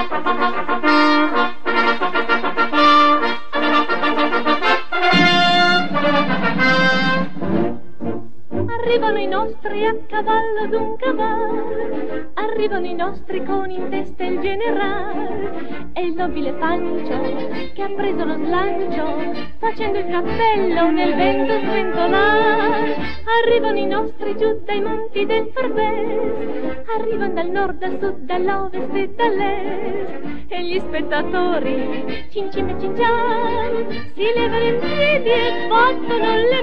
Arrivano i nostri a cavallo d'un cavallo, arrivano i nostri con in testa il generale e il nobile Pancio che ha preso lo slancio facendo il cappello nel vento sventolare. Arrivano i nostri giù dai monti del Farbes, arrivano dal nord, dal sud, dall'ovest e dall'est e gli spettatori cincin e cincian si levano in piedi e battono le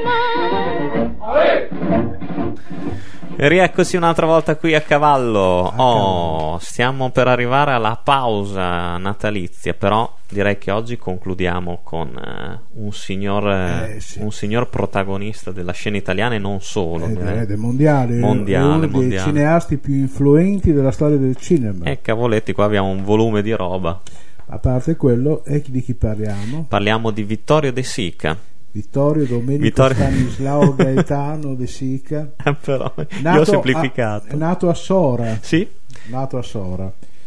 mani. E rieccoci un'altra volta qui a cavallo. Stiamo per arrivare alla pausa natalizia, però direi che oggi concludiamo con un signor protagonista della scena italiana e non solo, del mondiale, uno dei cineasti più influenti della storia del cinema. E cavoletti, qua abbiamo un volume di roba. A parte quello, di chi parliamo? Parliamo di Vittorio De Sica. Vittorio Domenico Stanislao Gaetano De Sica. Però io ho semplificato. Nato a Sora. Sì. Nato a Sora.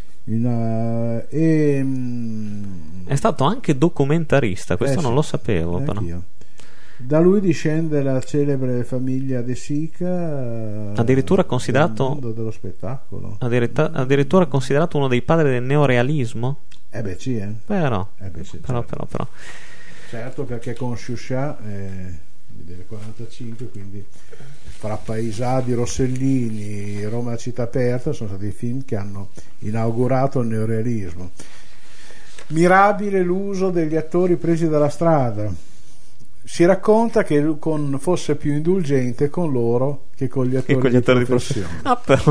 È stato anche documentarista, questo non lo sapevo. Però. Da lui discende la celebre famiglia De Sica, addirittura considerato nel mondo dello spettacolo. Addirittura considerato uno dei padri del neorealismo. Sì. Però. Certo, perché con Sciuscià del 45, quindi fra Paesà di Rossellini, Roma città aperta sono stati i film che hanno inaugurato il neorealismo. Mirabile l'uso degli attori presi dalla strada. Si racconta che fosse più indulgente con loro che con gli attori di professione. Però.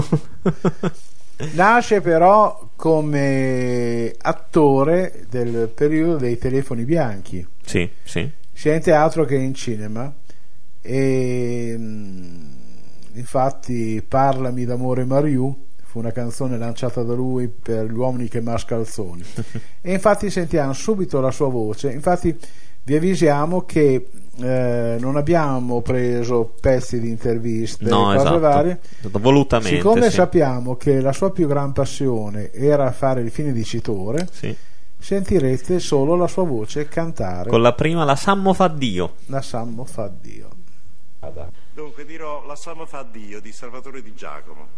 Nasce però come attore del periodo dei telefoni bianchi, sì. sia in teatro che in cinema, e infatti Parlami d'amore Mariù fu una canzone lanciata da lui per gli uomini che mascalzoni e infatti sentiamo subito la sua voce. Infatti vi avvisiamo che non abbiamo preso pezzi di interviste, cose varie, volutamente, siccome sappiamo che la sua più gran passione era fare il fine dicitore. Sentirete solo la sua voce cantare con la prima La Sammo fa Dio. La Sammo fa Dio. Dunque dirò La Sammo fa Dio di Salvatore Di Giacomo.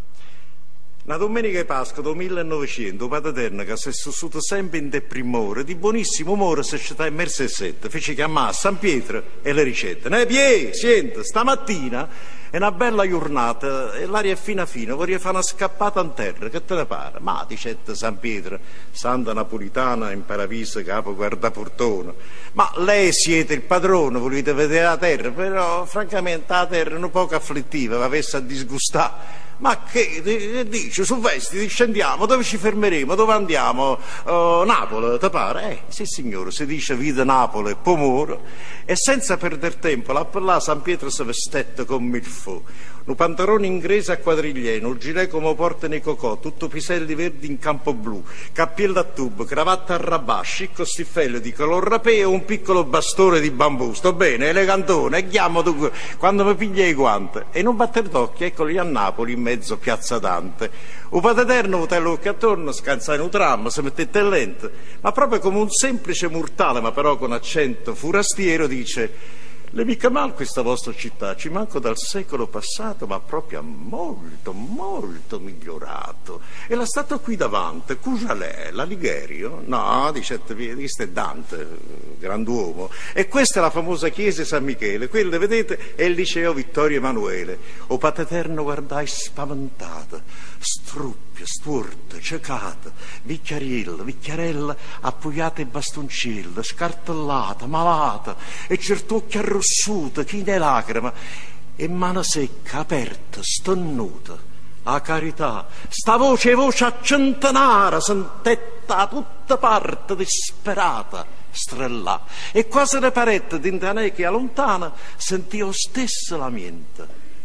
Una domenica di Pasqua del 1900, Padre Eterno, che si è sussuto sempre in te primore, di buonissimo umore si città in Mersesette, fece chiamare a San Pietro e le ricette. Senti, stamattina è una bella giornata e l'aria è fina, vorrei fare una scappata in terra, che te ne pare? Ma dicette San Pietro, santa napolitana in paradiso capo guardaportone, ma lei siete il padrone, volete vedere la terra, però francamente la terra è un poco afflittiva, vi avesse a disgustare. Ma che dice? Su Vesti discendiamo, dove ci fermeremo? Dove andiamo? Napoli, te pare? Sì signore, si dice vita Napoli, Pomoro. E senza perdere tempo, là San Pietro si vestette come il fu. Un pantalone inglese a quadriglieno, un gilet come portano i cocò, tutto piselli verdi in campo blu, cappiello a tubo, cravatta a rabà, scicco stiffello di color rapé e un piccolo bastone di bambù. Sto bene, elegantone, e chiamo tu quando mi piglia i guanti. E non batter d'occhio, eccoli a Napoli, in mezzo Piazza Dante. Un Padre Eterno, te l'occhio attorno, scansa in un tram, si mettette lente, ma proprio come un semplice mortale, ma però con accento furastiero, dice: le mica mal questa vostra città, ci manco dal secolo passato, ma proprio molto, molto migliorato. E la statua qui davanti, cosa l'è? La Ligherio? No, dicette, questo è Dante, grand'uomo. E questa è la famosa chiesa di San Michele, quella, vedete, è il liceo Vittorio Emanuele. O Padre Eterno, guardai spaventata, struppia, sturta, ciecata, vicchiarella, appoggiata ai bastoncilli, scartellata, malata, e cert'occhio arrossuta, china e lacrima, e mano secca, aperta, stannuta. A carità, sta voce a centenara, sentetta a tutta parte, disperata, strellà, e quasi le parette d'intanè che allontana, sentì io stesso la mente.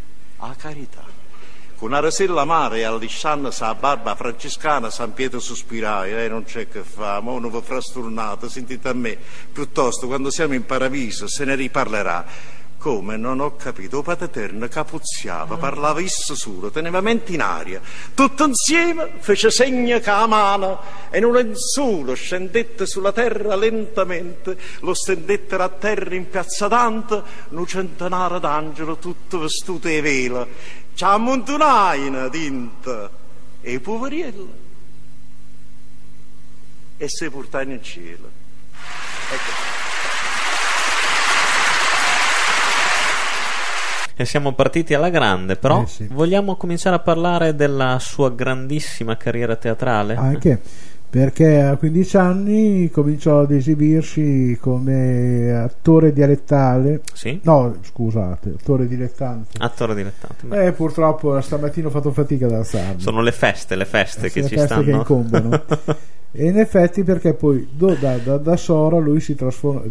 A carità. Con una rasella amara e allisciando sa barba francescana, San Pietro sospirai, non c'è che fa, mo non vi frastornate, sentite a me, piuttosto quando siamo in paradiso se ne riparlerà. Come? Non ho capito. O Padre Eterno capuzziava, parlava isso solo, teneva mente in aria. Tutto insieme fece segno che la mano e in un lenzuolo scendette sulla terra lentamente, lo stendettero a terra in piazza Dante, un centenario d'angelo tutto vestuto e vela. C'ha montunaina dinta e poveriello e si portava in cielo. Ecco. E siamo partiti alla grande, però sì. Vogliamo cominciare a parlare della sua grandissima carriera teatrale? Anche perché a 15 anni cominciò ad esibirsi come attore dialettale. Sì? No, scusate, attore dilettante. Attore dilettante. Purtroppo stamattina ho fatto fatica ad alzarmi. Sono le feste che ci feste stanno. che incombono. E in effetti, perché poi da Sora lui si trasformò,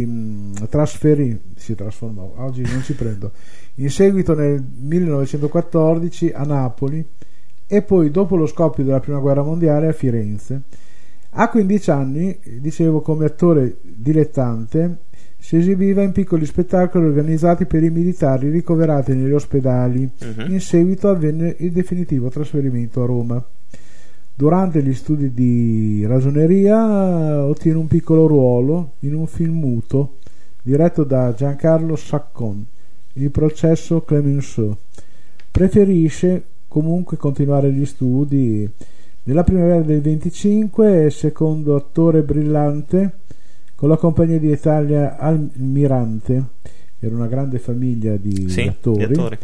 oggi non ci prendo, in seguito nel 1914 a Napoli e poi dopo lo scoppio della prima guerra mondiale a Firenze. A 15 anni, dicevo, come attore dilettante si esibiva in piccoli spettacoli organizzati per i militari ricoverati negli ospedali. In seguito avvenne il definitivo trasferimento a Roma. Durante gli studi di ragioneria ottiene un piccolo ruolo in un film muto diretto da Giancarlo Saccon, Il processo Clemenceau. Preferisce comunque continuare gli studi. Nella primavera del 25 è secondo attore brillante con la compagnia di Italia Almirante, che era una grande famiglia di attori.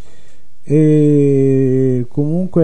E comunque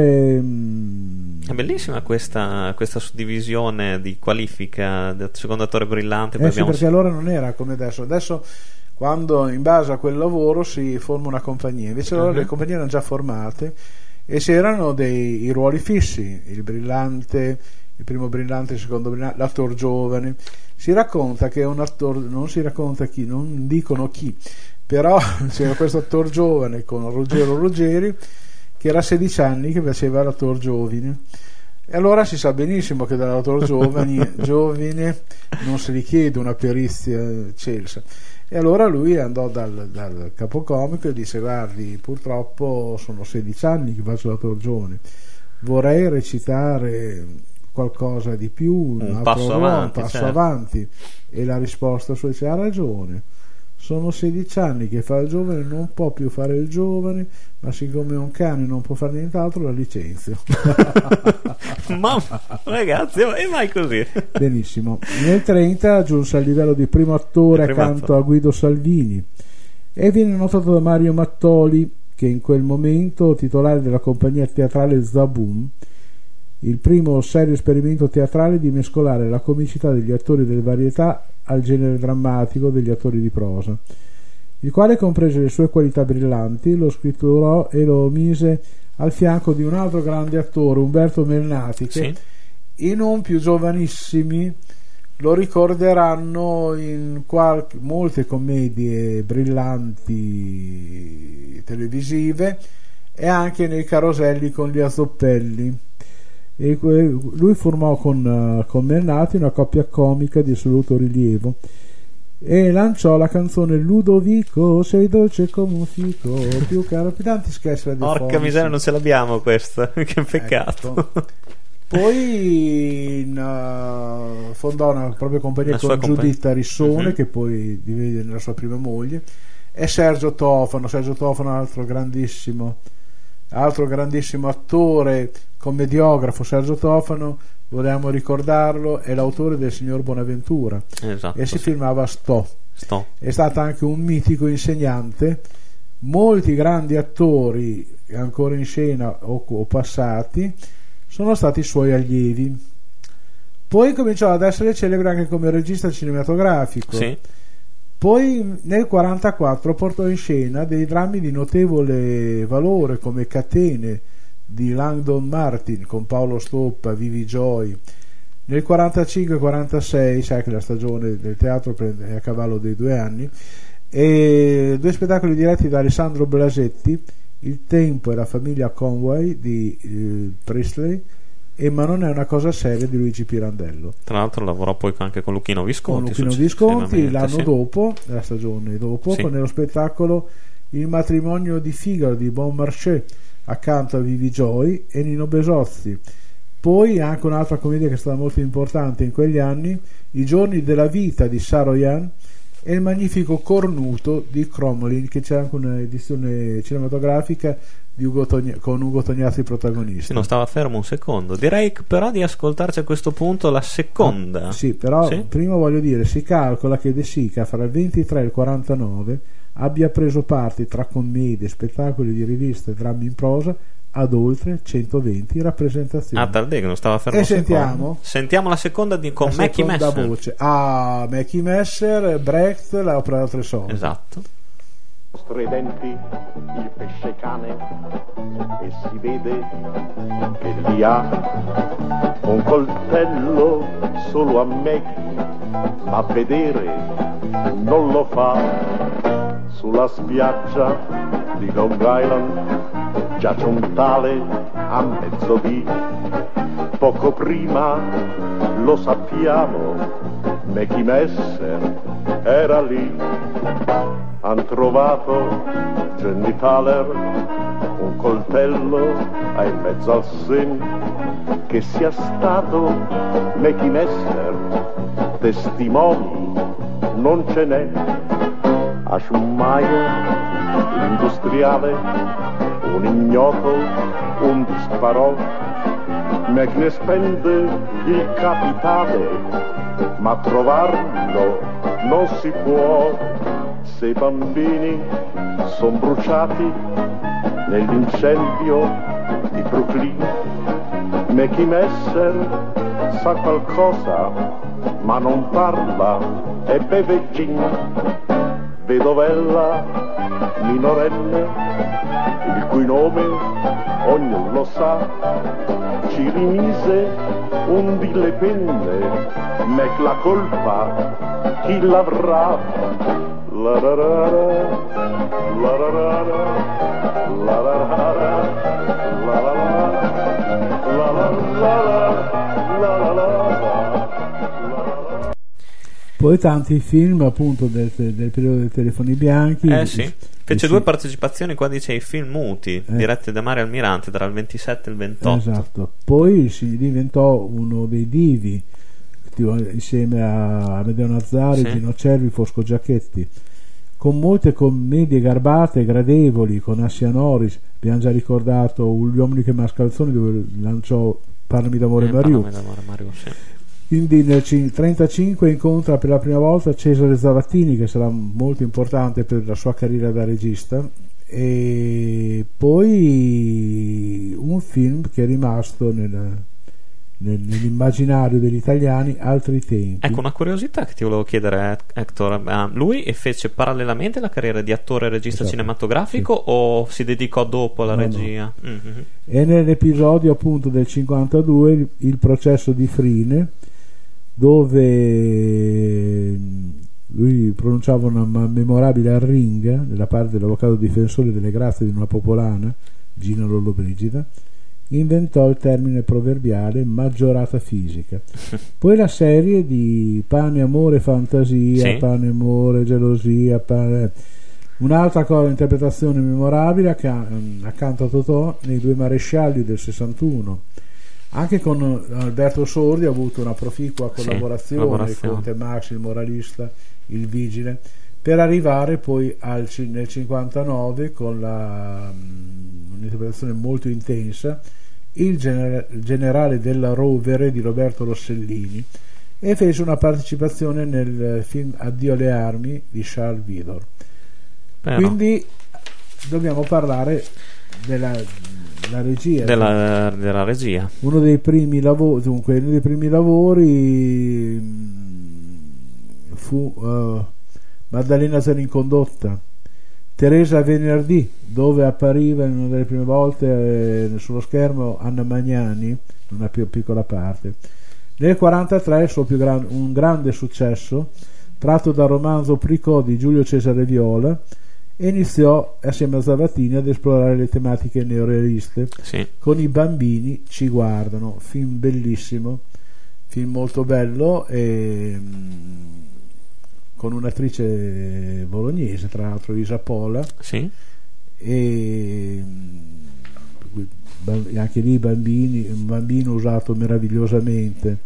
è bellissima questa suddivisione di qualifica del secondo attore brillante. Perché allora non era come adesso quando in base a quel lavoro si forma una compagnia, invece allora le compagnie erano già formate e c'erano i ruoli fissi, il brillante, il primo brillante, il secondo brillante, l'attore giovane. Si racconta che un attore, non si racconta chi, non dicono chi, però c'era questo attore giovane con Ruggero Ruggeri che era 16 anni che faceva l'attore giovane, e allora si sa benissimo che dall'attore giovane non si richiede una perizia eccelsa, e allora lui andò dal capocomico e disse: guardi, purtroppo sono 16 anni che faccio l'attore giovane, vorrei recitare qualcosa di più, un passo avanti. E la risposta sua dice: ha ragione, sono 16 anni che fa il giovane, non può più fare il giovane, ma siccome è un cane non può fare nient'altro, la licenzio. Ma ragazzi, è mai così? Benissimo. Nel 30 giunse al livello di primo attore accanto a Guido Salvini e viene notato da Mario Mattoli, che in quel momento titolare della compagnia teatrale Zabum, il primo serio esperimento teatrale di mescolare la comicità degli attori del varietà al genere drammatico degli attori di prosa, il quale comprese le sue qualità brillanti, lo scritturò e lo mise al fianco di un altro grande attore, Umberto Melnati, che i non più giovanissimi lo ricorderanno in molte commedie brillanti televisive e anche nei caroselli con gli Azzoppelli. E lui formò con Melnati una coppia comica di assoluto rilievo e lanciò la canzone Ludovico sei dolce come un fico, più caro, più tanti sketch radiofonici. Porca miseria, non ce l'abbiamo questa, che peccato. Ecco. Poi fondò una propria compagnia con Giuditta Rissone, che poi divenne la sua prima moglie, e Sergio Tofano, altro grandissimo attore, commediografo. Sergio Tofano, volevamo ricordarlo, è l'autore del Signor Bonaventura, e si filmava Sto. È stato anche un mitico insegnante. Molti grandi attori ancora in scena o passati sono stati suoi allievi. Poi cominciò ad essere celebre anche come regista cinematografico. Poi nel 1944 portò in scena dei drammi di notevole valore come Catene di Langdon Martin con Paolo Stoppa, Vivi Joy. Nel 1945-1946, sai che la stagione del teatro è a cavallo dei 2 anni, e 2 spettacoli diretti da Alessandro Blasetti, Il tempo e la famiglia Conway di Priestley, ma non è una cosa seria di Luigi Pirandello. Tra l'altro lavorò poi anche con Luchino Visconti. Con Luchino Visconti l'anno dopo, la stagione dopo, sì, nello spettacolo Il matrimonio di Figaro di Beaumarchais, accanto a Vivi Joy e Nino Besozzi. Poi anche un'altra commedia che è stata molto importante in quegli anni, I giorni della vita di Saroyan e Il magnifico cornuto di Cromlin, che c'è anche un'edizione cinematografica di con Ugo Tognazzi protagonista. Sì, non stava fermo un secondo. Direi però di ascoltarci a questo punto la seconda. Sì, però sì? Prima voglio dire, si calcola che De Sica fra il 23 e il 49 abbia preso parte tra commedie, spettacoli di riviste e drammi in prosa ad oltre 120 rappresentazioni. Ah, Tardè, che non stava fermo. E sentiamo la seconda con Mackie Messer. Voce. Mackie Messer, Brecht, l'opera da tre soldi. Esatto. Tra i denti il pesce cane e si vede che lì ha un coltello solo a Mackie, ma vedere non lo fa. Sulla spiaggia di Long Island giace un tale a mezzodì, poco prima lo sappiamo, Mackie Messer era lì. Han trovato Jenny Thaler, un coltello in mezzo al sen, che sia stato Mackie Messer, testimoni non ce n'è. A Schumacher, l'industriale, un ignoto, un disparò, Mackie ne spende il capitale, ma trovarlo non si può. Se i bambini son bruciati nell'incendio di Brooklyn, Mackie Messer sa qualcosa ma non parla e beve gin. Vedovella minorenne, il cui nome ognuno lo sa, ci rimise un di le penne, Mac la colpa chi l'avrà? La la la la la la la la la. Poi tanti film appunto del periodo dei telefoni bianchi. Sì. Fece due partecipazioni qua, dice, ai film muti diretti da Mario Almirante tra il 27 e il 28. Esatto. Poi si diventò uno dei divi insieme a Amedeo Nazzari, Gino Cervi, Fosco Giacchetti, con molte commedie garbate e gradevoli, con Assia Norris. Abbiamo già ricordato Gli uomini che mascalzoni, dove lanciò Parlami d'amore Mariù. Sì. Quindi nel 1935 incontra per la prima volta Cesare Zavattini, che sarà molto importante per la sua carriera da regista, e poi un film che è rimasto nell'immaginario degli italiani, Altri tempi. Ecco, una curiosità che ti volevo chiedere, Hector. Lui fece parallelamente la carriera di attore e regista cinematografico, o si dedicò dopo alla regia? No. Mm-hmm. E nell'episodio appunto del 52, Il processo di Frine, dove lui pronunciava una memorabile arringa nella parte dell'avvocato difensore delle grazie di una popolana, Gina Lollobrigida, inventò il termine proverbiale maggiorata fisica. Poi la serie di Pane, amore, fantasia, Pane, amore, gelosia, un'altra interpretazione memorabile accanto a Totò nei Due marescialli del 61. Anche con Alberto Sordi ha avuto una proficua collaborazione con Temax, il moralista, il vigile, per arrivare poi nel 59 con un'interpretazione molto intensa, Il generale della Rovere di Roberto Rossellini, e fece una partecipazione nel film Addio alle armi di Charles Vidor. Quindi dobbiamo parlare della regia, della regia. Uno dei primi lavori fu Maddalena Zarincondotta, Teresa Venerdì, dove appariva in una delle prime volte sullo schermo Anna Magnani, in una più piccola parte. Nel 1943 un grande successo tratto dal romanzo Pricò di Giulio Cesare Viola, e iniziò assieme a Zavattini ad esplorare le tematiche neorealiste. Sì. Con I bambini ci guardano, film bellissimo, film molto bello, e con un'attrice bolognese, tra l'altro Isa Pola, Sì. e anche lì un bambino usato meravigliosamente.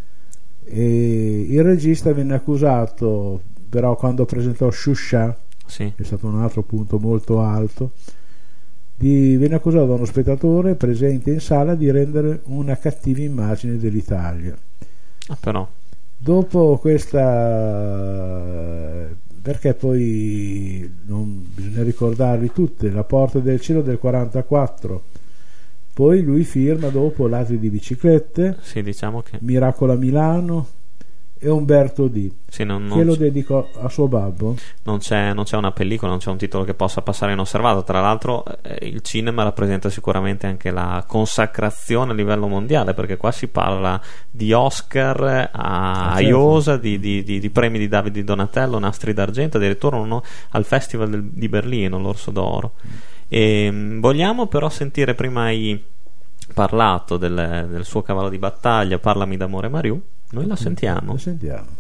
E il regista venne accusato, però, quando presentò Shusha, Sì. è stato un altro punto molto alto, venne accusato da uno spettatore presente in sala di rendere una cattiva immagine dell'Italia. Però Dopo questa, perché poi non bisogna ricordarli tutte, La porta del cielo del 44, poi lui firma dopo Ladri di biciclette, sì, diciamo che Miracolo a Milano e Umberto D, sì, che lo dedicò a suo babbo. non c'è una pellicola, non c'è un titolo che possa passare inosservato. Tra l'altro il cinema rappresenta sicuramente anche la consacrazione a livello mondiale, perché qua si parla di Oscar a certo. iosa, di premi di David di Donatello, nastri d'argento, addirittura uno al Festival di Berlino, l'Orso d'Oro. E vogliamo però sentire, prima hai parlato del suo cavallo di battaglia, Parlami d'amore Mariù, noi la sentiamo. La sentiamo.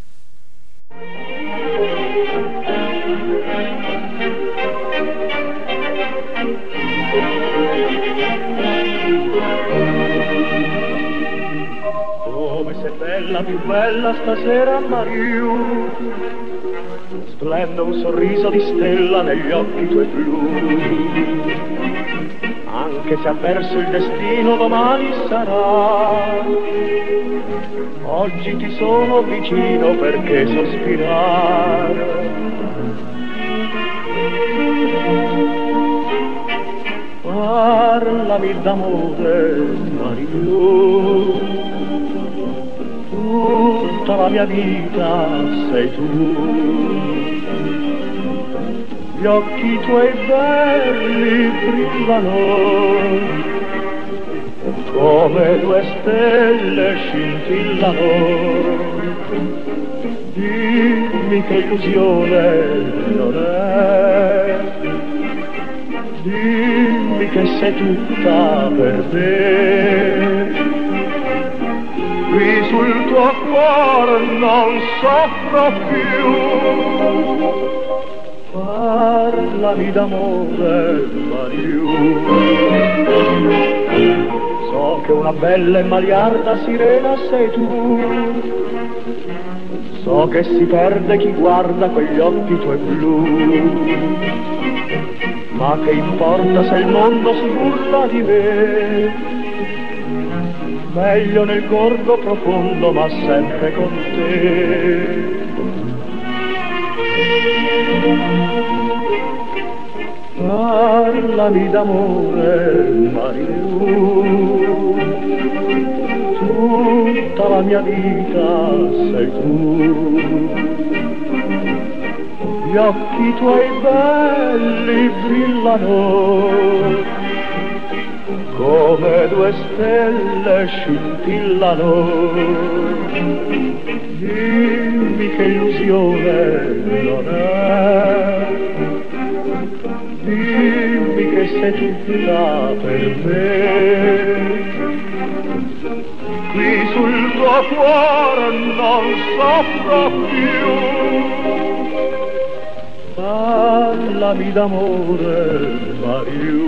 Come sei bella, più bella stasera Mariù, splende un sorriso di stella negli occhi tuoi blu. Anche se ha perso il destino domani sarà, oggi ti sono vicino perché sospirare. Parlami d'amore Mariù, tutta la mia vita sei tu. Gli occhi tuoi belli brillano come due stelle scintillano. Dimmi che illusione non è, dimmi che sei tutta per me. Qui sul tuo cuore non soffro più. Parlami d'amore Mariù. So che una bella e maliarda sirena sei tu, so che si perde chi guarda quegli occhi tuoi blu. Ma che importa se il mondo si burla di me, meglio nel gorgo profondo ma sempre con te. Parlami d'amore Mariù, tutta la mia vita sei tu. Gli occhi tuoi belli brillano come due stelle scintillano. Dimmi che illusione non è, dimmi che sei tutta per me. Qui sul tuo cuore non soffro più. Parlami d'amore Mariù.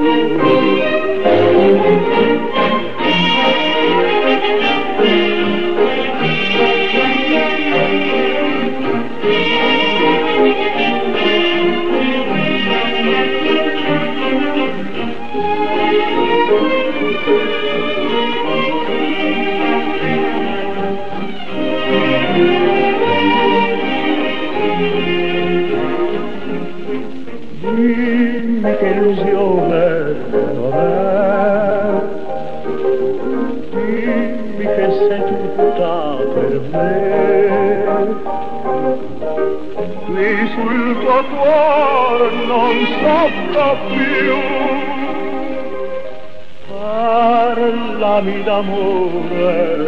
Dimmi che illusione non è, dimmi che sei tutta per me. Qui sul tuo cuore non soffro più. Parlami d'amore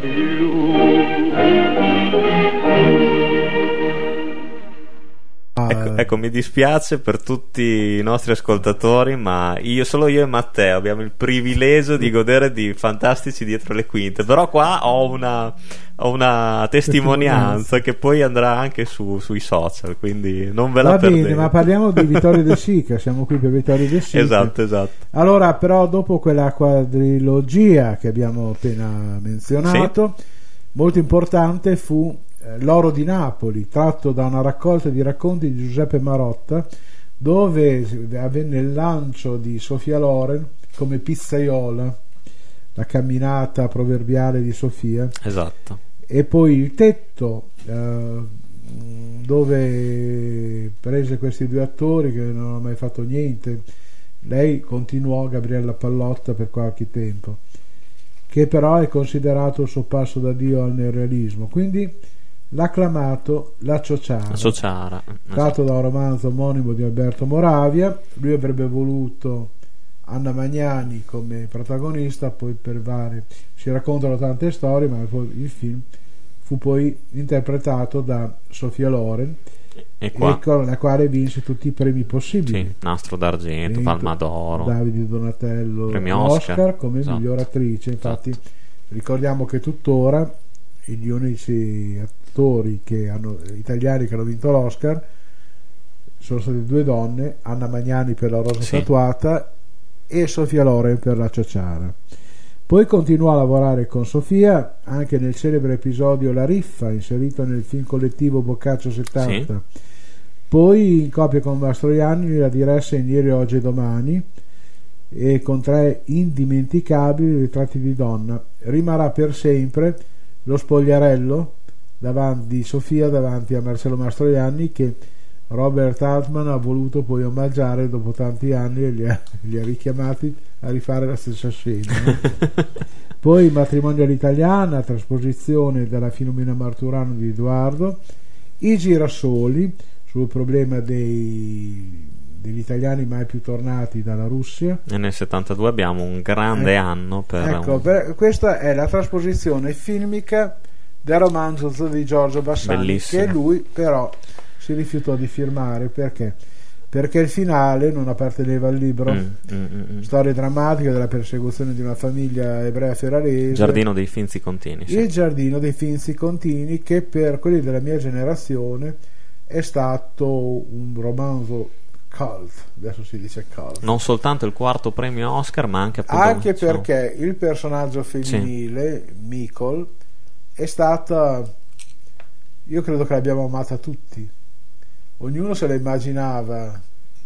Mariù. Ecco, mi dispiace per tutti i nostri ascoltatori, ma solo io e Matteo abbiamo il privilegio di godere di Fantastici dietro le quinte. Però qua ho una testimonianza che poi andrà anche sui social, quindi non ve la perdete. Va bene, ma parliamo di Vittorio De Sica, siamo qui per Vittorio De Sica. Esatto. Allora, però, dopo quella quadrilogia che abbiamo appena menzionato, molto importante fu L'oro di Napoli, tratto da una raccolta di racconti di Giuseppe Marotta, dove avvenne il lancio di Sofia Loren come pizzaiola, la camminata proverbiale di Sofia. Esatto. E poi Il tetto, dove prese questi due attori che non hanno mai fatto niente. Lei continuò, Gabriella Pallotta, per qualche tempo, che però è considerato il suo passo da Dio al neorealismo. Quindi l'acclamato La Ciociara, tratto da un romanzo omonimo di Alberto Moravia. Lui avrebbe voluto Anna Magnani come protagonista, poi per vari si raccontano tante storie, ma poi il film fu poi interpretato da Sofia Loren, e con la quale vinse tutti i premi possibili. Nastro d'argento, Palma d'oro, Davide Donatello, premio Oscar come miglior attrice. Infatti ricordiamo che tuttora gli unici attori italiani che hanno vinto l'Oscar sono state due donne, Anna Magnani per La rosa statuata e Sofia Loren per La Ciociara. Poi continuò a lavorare con Sofia anche nel celebre episodio La Riffa, inserito nel film collettivo Boccaccio 70. Poi, in coppia con Mastroianni, la diresse in Ieri, Oggi e Domani, e con 3 indimenticabili ritratti di donna. Rimarrà per sempre Lo spogliarello di Sofia davanti a Marcello Mastroianni, che Robert Altman ha voluto poi omaggiare dopo tanti anni e li ha richiamati a rifare la stessa scena, no? Poi Matrimonio all'italiana, trasposizione della Filomena Marturano di Edoardo. I girasoli, sul problema degli italiani mai più tornati dalla Russia, e nel 72 abbiamo un grande anno questa è la trasposizione filmica del romanzo di Giorgio Bassani. Bellissimo. Che lui però si rifiutò di firmare perché il finale non apparteneva al libro. Storia drammatica della persecuzione di una famiglia ebrea ferrarese, Giardino dei Finzi Contini. Il Giardino dei Finzi Contini, che per quelli della mia generazione è stato un romanzo cult, adesso si dice cult. Non soltanto il 4º premio Oscar, ma anche perché il personaggio femminile, Micol, è stata, io credo che l'abbiamo amata tutti. Ognuno se la immaginava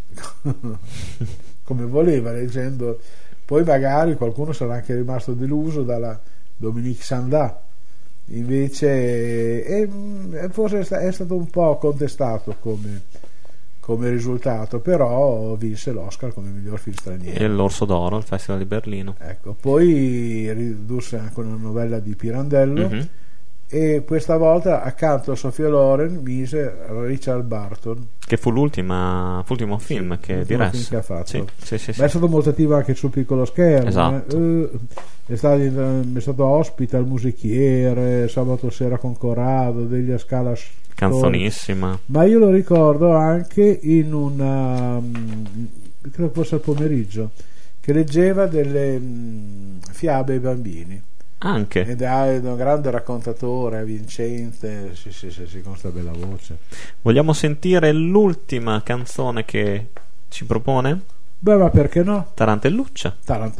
come voleva leggendo. Poi magari qualcuno sarà anche rimasto deluso dalla Dominique Sanda, invece forse è stato un po' contestato come risultato, però vinse l'Oscar come miglior film straniero e l'Orso d'Oro al Festival di Berlino. Ecco, poi ridusse anche una novella di Pirandello, e questa volta accanto a Sofia Loren mise Richard Burton, che fu l'ultimo film che diresse, che ha fatto. Sì. Ma è stato molto attivo anche sul piccolo schermo. Esatto. È stato ospite al Musichiere, Sabato sera con Corrado, degli Scala, canzonissima. Ma io lo ricordo anche in una, credo fosse al pomeriggio, che leggeva delle fiabe ai bambini. Anche. Ed è un grande raccontatore, vincente, sì, con questa bella voce. Vogliamo sentire l'ultima canzone che ci propone? Beh, ma perché no? Tarantelluccia.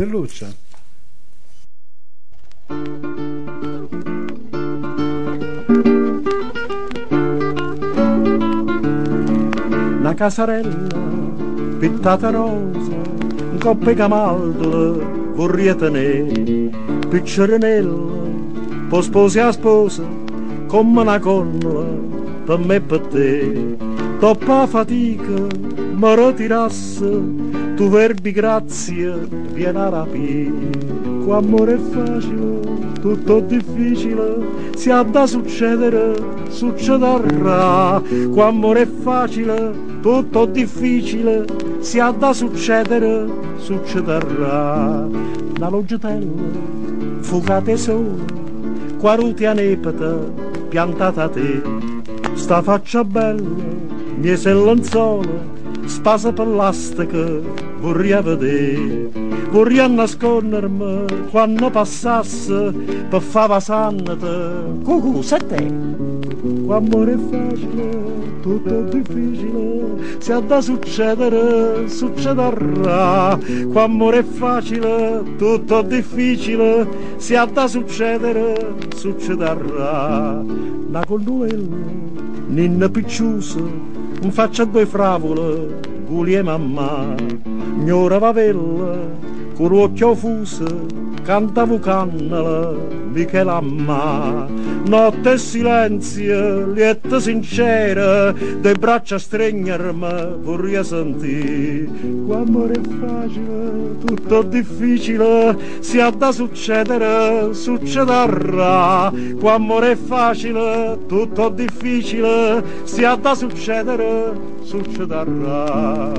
Una casarella pittata rosa, un coppe camaldo, vorrei tenere, piccirinello, poi sposi a sposa, come una connola, per me e per te. Troppa fatica, mi ritirasse, tu verbi grazie, vieni a rapire. Qua amore è facile, tutto difficile, si ha da succedere, succederà. Qua amore è facile, tutto difficile, si ha da succedere, succederà. Una loggetella fugate sole, quaruti anepata piantata a te, sta faccia bella miese il lenzuolo, spasa per l'astica, vorrei vedere, vorrei nascondermi quando passasse per fare sannata. Cucù, sei te? Quando è facile, tutto è difficile, se ha da succedere, succederà. Quando è facile, tutto è difficile, se ha da succedere, succederà. La colluella, ninna picciusa, un faccia due fravole, guli e mamma, gnora vavella, con l'occhio fuso, cantavo cannala, Michelamma. Notte e silenzio, lieta sincera, de braccia stringermi vorrei sentire. Quando è facile, tutto difficile, se ha da succedere, succederà. Quando è facile, tutto difficile, se ha da succedere, succederà.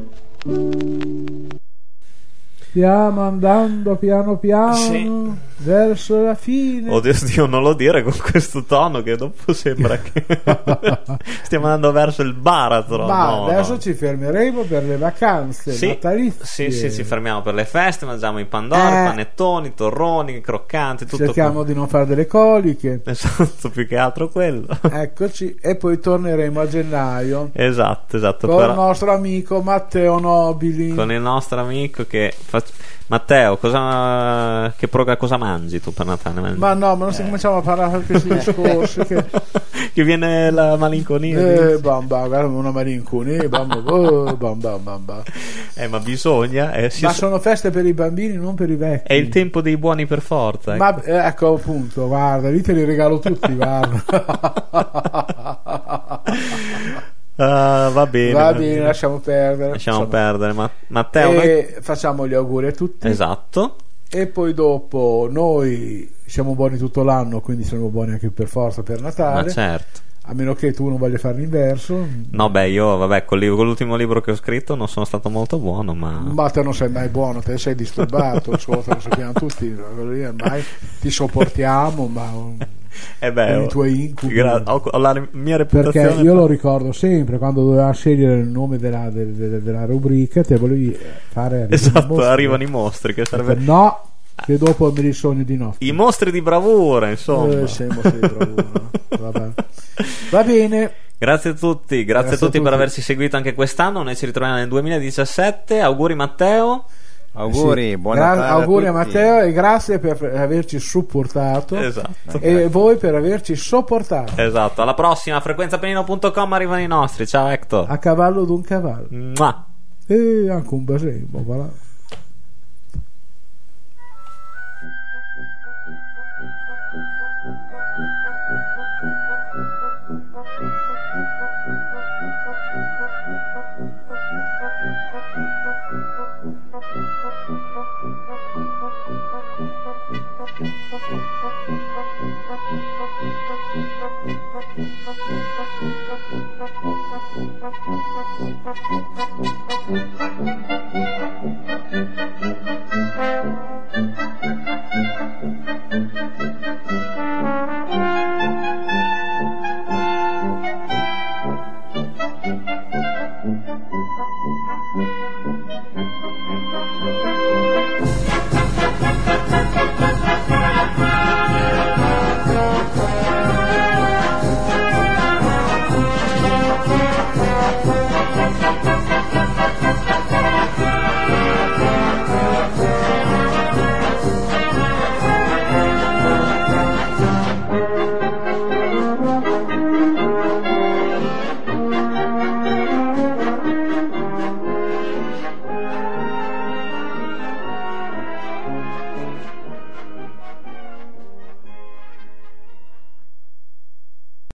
Stiamo andando piano piano, sì, verso la fine. Oddio, Dio, non lo dire con questo tono che dopo sembra che stiamo andando verso il baratro. Ma no, adesso no. Ci fermeremo per le vacanze natalizie. Sì, ci fermiamo per le feste, mangiamo i pandori, panettoni, torroni, croccanti, tutto. Cerchiamo di non fare delle coliche. Esatto, più che altro quello. Eccoci, e poi torneremo a gennaio. Esatto. Con il nostro amico Matteo Nobili. Con il nostro amico che Matteo, cosa mangi tu per Natale? Ma non si cominciamo a parlare per questi discorsi che viene la malinconia. Una malinconia, ma bisogna. Ma sono feste per i bambini, non per i vecchi. È il tempo dei buoni per forza. Ecco. Ma ecco appunto, guarda, lì te li regalo tutti, guarda. Va bene, lasciamo perdere. Matteo, e facciamo gli auguri a tutti. Esatto. E poi dopo noi siamo buoni tutto l'anno, quindi siamo buoni anche per forza per Natale. Ma certo. A meno che tu non voglia fare l'inverso. No, io con l'ultimo libro che ho scritto non sono stato molto buono, ma te non sei mai buono, te sei disturbato. Ascolta, lo sappiamo tutti, ormai ti sopportiamo, ma con i tuoi incubi. Ho la mia reputazione. Perché io lo ricordo sempre quando doveva scegliere il nome della rubrica, te volevi fare arrivano i mostri che serve. No, che dopo mi risogno di notte. I mostri di bravura, insomma. Sì, i mostri di bravura. Va bene. Grazie a tutti, grazie a tutti per averci seguito anche quest'anno. Noi ci ritroviamo nel 2017. Auguri Matteo. Auguri, buon Natale auguri a Matteo e grazie per averci supportato. Esatto. E voi per averci sopportato. Esatto. Alla prossima, frequenzapenino.com arrivano i nostri. Ciao Hector. A cavallo d'un cavallo. Mua. E anche un basembo, voilà. Thank you.